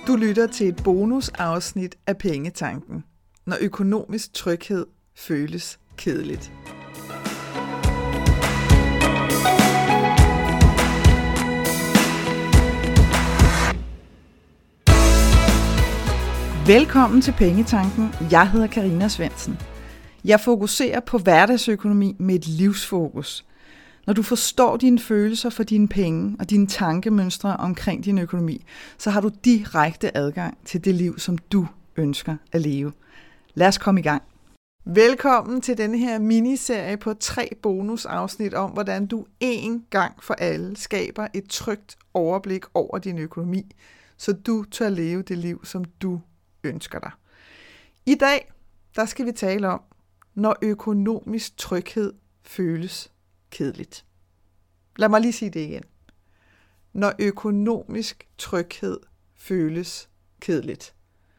Du lytter til et bonusafsnit af Pengetanken, når økonomisk tryghed føles kedeligt. Velkommen til Pengetanken. Jeg hedder Karina Svendsen. Jeg fokuserer på hverdagsøkonomi med et livsfokus. Når du forstår dine følelser for dine penge og dine tankemønstre omkring din økonomi, så har du direkte adgang til det liv, som du ønsker at leve. Lad os komme i gang. Velkommen til denne her miniserie på 3 bonusafsnit om, hvordan du en gang for alle skaber et trygt overblik over din økonomi, så du tør leve det liv, som du ønsker dig. I dag, der skal vi tale om, når økonomisk tryghed føles kedeligt. Lad mig lige sige det igen. Når økonomisk tryghed føles kedeligt.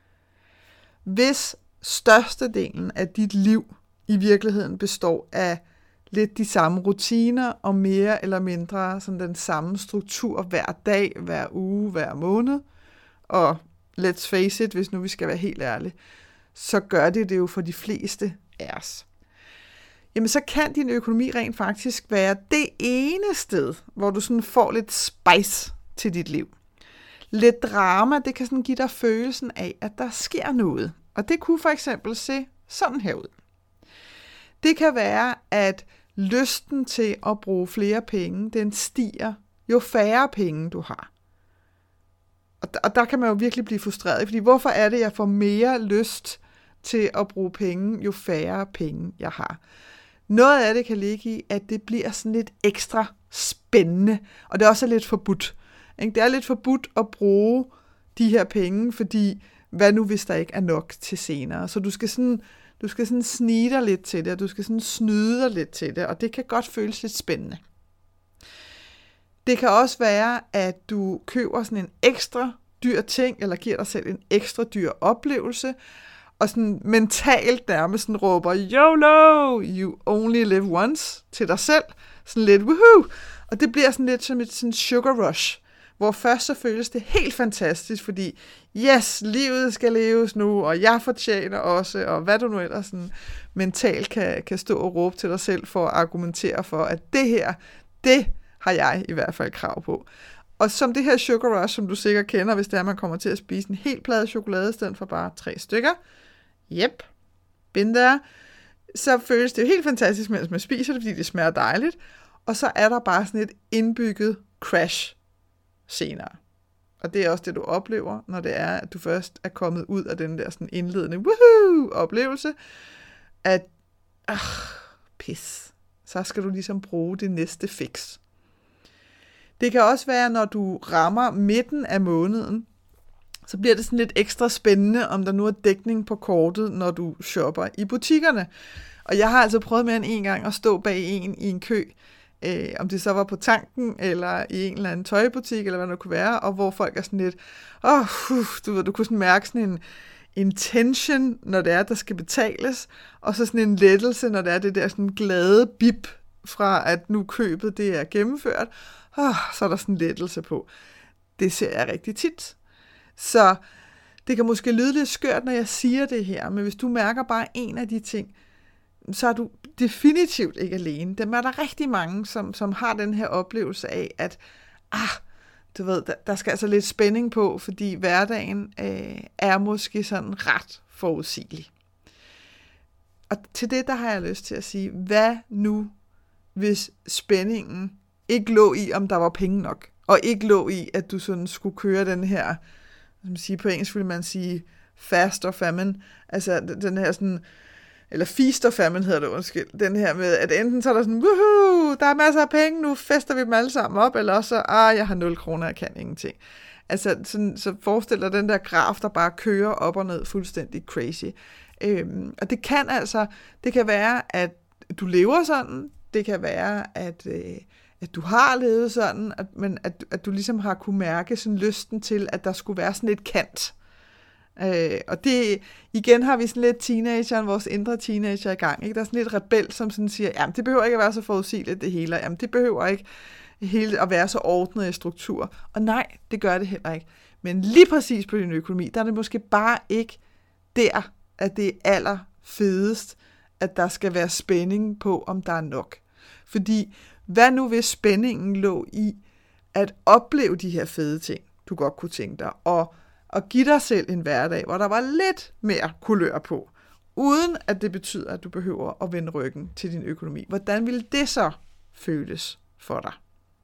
Hvis størstedelen af dit liv i virkeligheden består af lidt de samme rutiner og mere eller mindre sådan den samme struktur hver dag, hver uge, hver måned, og let's face it, hvis nu vi skal være helt ærlige, så gør det jo for de fleste af os. Jamen så kan din økonomi rent faktisk være det ene sted, hvor du sådan får lidt spice til dit liv. Lidt drama, det kan sådan give dig følelsen af, at der sker noget. Og det kunne for eksempel se sådan her ud. Det kan være, at lysten til at bruge flere penge, den stiger, jo færre penge du har. Og der kan man jo virkelig blive frustreret, fordi hvorfor er det, jeg får mere lyst til at bruge penge, jo færre penge jeg har? Noget af det kan ligge i, at det bliver sådan lidt ekstra spændende, og det er også lidt forbudt. Det er lidt forbudt at bruge de her penge, fordi hvad nu, hvis der ikke er nok til senere? Så du skal sådan snige dig lidt til det, og du skal sådan snyde dig lidt til det, og det kan godt føles lidt spændende. Det kan også være, at du køber sådan en ekstra dyr ting, eller giver dig selv en ekstra dyr oplevelse, og sådan mentalt nærmest sådan råber, YOLO, you only live once, til dig selv. Sådan lidt, woohoo! Og det bliver sådan lidt som et sådan sugar rush, hvor først så føles det helt fantastisk, fordi yes, livet skal leves nu, og jeg fortjener også, og hvad du nu ellers sådan mentalt kan stå og råbe til dig selv for at argumentere for, at det her, det har jeg i hvert fald krav på. Og som det her sugar rush, som du sikkert kender, hvis det er, man kommer til at spise en hel plade chokolade, i stedet for bare 3 stykker, yep, been there, så føles det jo helt fantastisk, mens man spiser det, fordi det smager dejligt, og så er der bare sådan et indbygget crash senere. Og det er også det, du oplever, når det er, at du først er kommet ud af den der sådan indledende woohoo-oplevelse, at pis, så skal du ligesom bruge det næste fix. Det kan også være, når du rammer midten af måneden, så bliver det sådan lidt ekstra spændende, om der nu er dækning på kortet, når du shopper i butikkerne. Og jeg har altså prøvet mere end en gang at stå bag en i en kø, om det så var på tanken, eller i en eller anden tøjbutik, eller hvad det kunne være, og hvor folk er sådan lidt, du kunne sådan mærke sådan en tension, når det er, der skal betales, og så sådan en lettelse, når det er det der sådan glade bip fra, at nu købet det er gennemført, så er der sådan en lettelse på. Det ser jeg rigtig tit. Så det kan måske lyde lidt skørt, når jeg siger det her, men hvis du mærker bare en af de ting, så er du definitivt ikke alene. Dem er der rigtig mange, som har den her oplevelse af, at du ved, der skal altså lidt spænding på, fordi hverdagen er måske sådan ret forudsigelig. Og til det, der har jeg lyst til at sige, hvad nu, hvis spændingen ikke lå i, om der var penge nok, og ikke lå i, at du sådan skulle køre den her, som siger på engelsk vil man sige, fast or famine, altså den her sådan, eller feast or famine hedder det, undskyld, den her med, at enten så er der sådan, woohoo, der er masser af penge, nu fester vi dem alle sammen op, eller også, jeg har 0 kroner, jeg kan ingenting. Altså, sådan, så forestil dig den der graf, der bare kører op og ned fuldstændig crazy. Og det kan være, at du lever sådan, det kan være, at du har levet sådan, men at du ligesom har kunne mærke sådan lysten til, at der skulle være sådan et kant. Og det, igen har vi sådan lidt teenageren, vores indre teenager i gang, ikke? Der er sådan lidt rebel, som sådan siger, jamen det behøver ikke at være så forudsigeligt det hele, jamen det behøver ikke hele at være så ordnet i struktur. Og nej, det gør det heller ikke. Men lige præcis på din økonomi, der er det måske bare ikke der, at det er allerfedest, at der skal være spænding på, om der er nok. Fordi hvad nu hvis spændingen lå i at opleve de her fede ting, du godt kunne tænke dig, og give dig selv en hverdag, hvor der var lidt mere kulør på, uden at det betyder, at du behøver at vende ryggen til din økonomi. Hvordan ville det så føles for dig?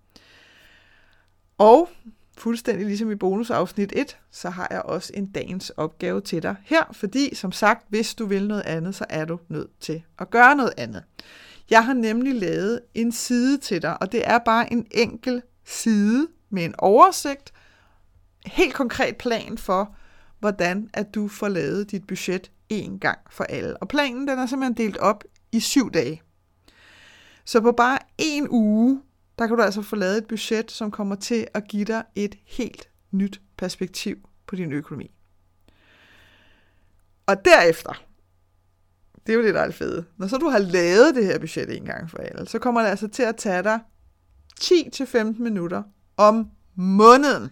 Og fuldstændig ligesom i bonusafsnit 1, så har jeg også en dagens opgave til dig her, fordi som sagt, hvis du vil noget andet, så er du nødt til at gøre noget andet. Jeg har nemlig lavet en side til dig, og det er bare en enkel side med en oversigt, helt konkret plan for, hvordan at du får lavet dit budget en gang for alle. Og planen den er simpelthen delt op i 7 dage. Så på bare 1 uge, der kan du altså få lavet et budget, som kommer til at give dig et helt nyt perspektiv på din økonomi. Og derefter, det er jo det, der er det fede. Når så du har lavet det her budget en gang for alle, så kommer det altså til at tage dig 10-15 minutter om måneden,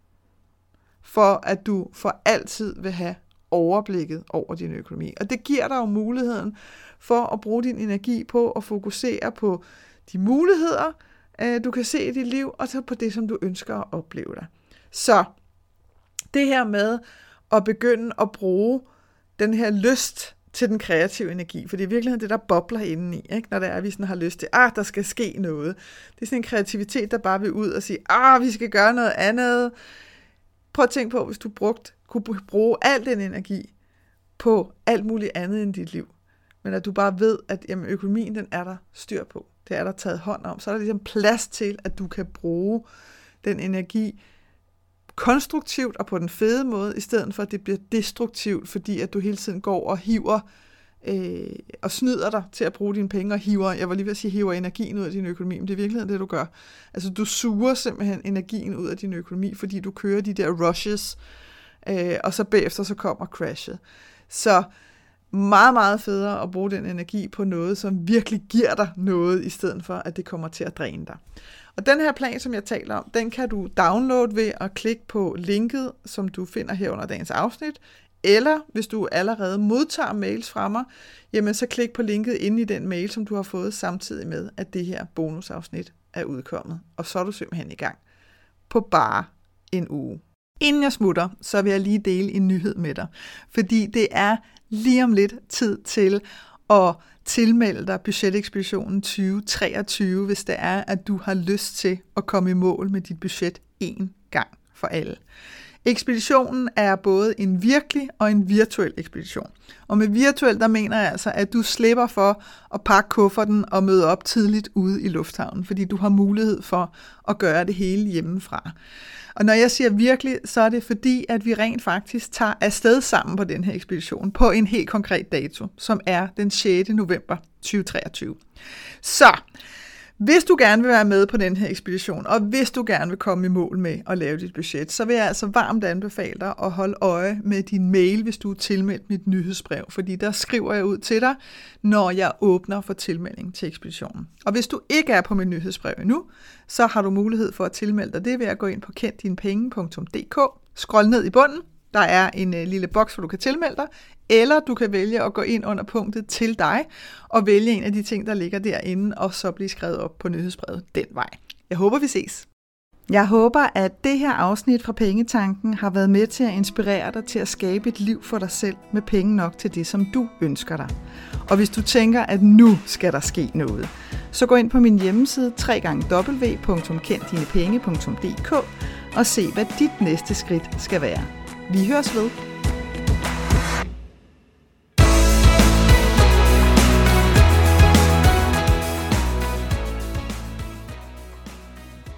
for at du for altid vil have overblikket over din økonomi. Og det giver dig jo muligheden for at bruge din energi på at fokusere på de muligheder, du kan se i dit liv, og så på det, som du ønsker at opleve dig. Så det her med at begynde at bruge den her lyst til den kreative energi, for det er virkelig det, der bobler indeni, ikke? Når det er, at vi sådan har lyst til, der skal ske noget. Det er sådan en kreativitet, der bare vil ud og sige, vi skal gøre noget andet. Prøv at tænke på, hvis du kunne bruge al den energi på alt muligt andet end dit liv, men at du bare ved, at jamen, økonomien, den er der styr på. Det er der taget hånd om. Så er der ligesom plads til, at du kan bruge den energi konstruktivt og på den fede måde, i stedet for at det bliver destruktivt, fordi at du hele tiden går og hiver og snyder dig til at bruge dine penge og hiver energien ud af din økonomi, men det er virkelig det, du gør. Altså du suger simpelthen energien ud af din økonomi, fordi du kører de der rushes, og så bagefter så kommer crashet. Så meget, meget federe at bruge den energi på noget, som virkelig giver dig noget, i stedet for, at det kommer til at dræne dig. Og den her plan, som jeg taler om, den kan du downloade ved at klikke på linket, som du finder her under dagens afsnit, eller hvis du allerede modtager mails fra mig, jamen så klik på linket inde i den mail, som du har fået samtidig med, at det her bonusafsnit er udkommet. Og så er du simpelthen i gang på bare 1 uge. Inden jeg smutter, så vil jeg lige dele en nyhed med dig, fordi det er lige om lidt tid til at tilmelde dig budgetekspeditionen 2023, hvis det er, at du har lyst til at komme i mål med dit budget en gang for alle. Ekspeditionen er både en virkelig og en virtuel ekspedition. Og med virtuel, der mener jeg altså, at du slipper for at pakke kufferten og møde op tidligt ude i lufthavnen, fordi du har mulighed for at gøre det hele hjemmefra. Og når jeg siger virkelig, så er det fordi, at vi rent faktisk tager afsted sammen på den her ekspedition på en helt konkret dato, som er den 6. november 2023. Så hvis du gerne vil være med på den her ekspedition, og hvis du gerne vil komme i mål med at lave dit budget, så vil jeg altså varmt anbefale dig at holde øje med din mail, hvis du er tilmeldt mit nyhedsbrev, fordi der skriver jeg ud til dig, når jeg åbner for tilmelding til ekspeditionen. Og hvis du ikke er på mit nyhedsbrev endnu, så har du mulighed for at tilmelde dig det ved at gå ind på kenddinepenge.dk, scroll ned i bunden, der er en lille boks, hvor du kan tilmelde dig, eller du kan vælge at gå ind under punktet til dig, og vælge en af de ting, der ligger derinde, og så blive skrevet op på nyhedsbrevet den vej. Jeg håber, vi ses. Jeg håber, at det her afsnit fra Pengetanken har været med til at inspirere dig til at skabe et liv for dig selv med penge nok til det, som du ønsker dig. Og hvis du tænker, at nu skal der ske noget, så gå ind på min hjemmeside www.kenddinepenge.dk og se, hvad dit næste skridt skal være. Vi høres ved.